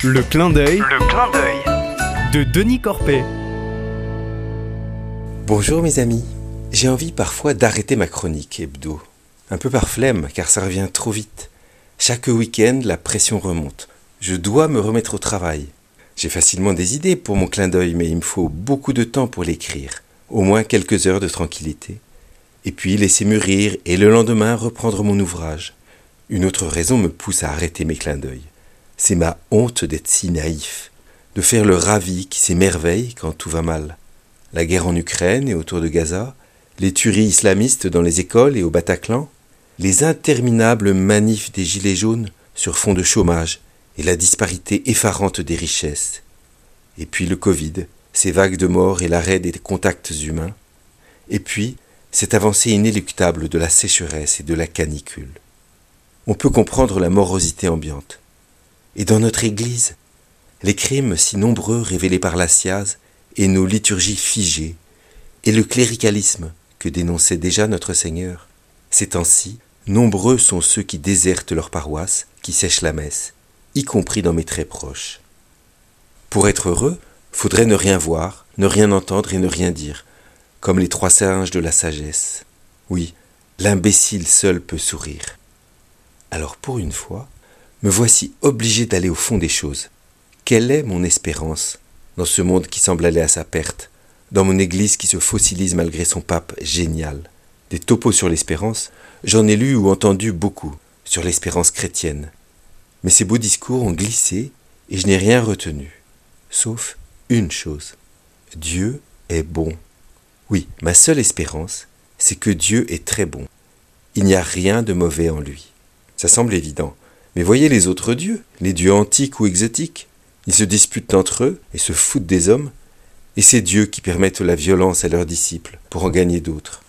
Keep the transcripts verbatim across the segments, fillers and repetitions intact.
Le clin d'œil Le clin d'œil de Denis Corpet. Bonjour mes amis, j'ai envie parfois d'arrêter ma chronique hebdo. Un peu par flemme, car ça revient trop vite. Chaque week-end, la pression remonte. Je dois me remettre au travail. J'ai facilement des idées pour mon clin d'œil, mais il me faut beaucoup de temps pour l'écrire. Au moins quelques heures de tranquillité. Et puis laisser mûrir et le lendemain reprendre mon ouvrage. Une autre raison me pousse à arrêter mes clins d'œil. C'est ma honte d'être si naïf, de faire le ravi qui s'émerveille quand tout va mal. La guerre en Ukraine et autour de Gaza, les tueries islamistes dans les écoles et au Bataclan, les interminables manifs des gilets jaunes sur fond de chômage et la disparité effarante des richesses. Et puis le Covid, ces vagues de morts et l'arrêt des contacts humains. Et puis cette avancée inéluctable de la sécheresse et de la canicule. On peut comprendre la morosité ambiante. Et dans notre Église, les crimes si nombreux révélés par la SIAZ et nos liturgies figées, et le cléricalisme que dénonçait déjà notre Seigneur. Ces temps-ci, nombreux sont ceux qui désertent leur paroisse, qui sèchent la messe, y compris dans mes très proches. Pour être heureux, faudrait ne rien voir, ne rien entendre et ne rien dire, comme les trois singes de la sagesse. Oui, l'imbécile seul peut sourire. Alors pour une fois, me voici obligé d'aller au fond des choses. Quelle est mon espérance dans ce monde qui semble aller à sa perte, dans mon église qui se fossilise malgré son pape génial? Des topos sur l'espérance, j'en ai lu ou entendu beaucoup, sur l'espérance chrétienne. Mais ces beaux discours ont glissé et je n'ai rien retenu, sauf une chose. Dieu est bon. Oui, ma seule espérance, c'est que Dieu est très bon. Il n'y a rien de mauvais en lui. Ça semble évident. Mais voyez les autres dieux, les dieux antiques ou exotiques. Ils se disputent entre eux et se foutent des hommes. Et ces dieux qui permettent la violence à leurs disciples pour en gagner d'autres.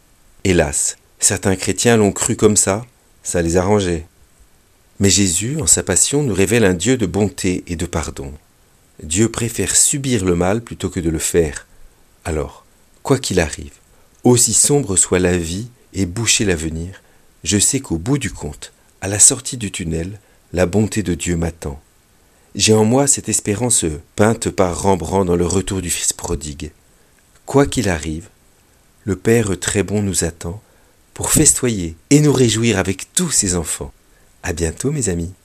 Hélas, certains chrétiens l'ont cru comme ça, ça les arrangeait. Mais Jésus, en sa passion, nous révèle un Dieu de bonté et de pardon. Dieu préfère subir le mal plutôt que de le faire. Alors, quoi qu'il arrive, aussi sombre soit la vie et boucher l'avenir, je sais qu'au bout du compte, à la sortie du tunnel, la bonté de Dieu m'attend. J'ai en moi cette espérance peinte par Rembrandt dans le Retour du Fils prodigue. Quoi qu'il arrive, le Père très bon nous attend pour festoyer et nous réjouir avec tous ses enfants. À bientôt mes amis.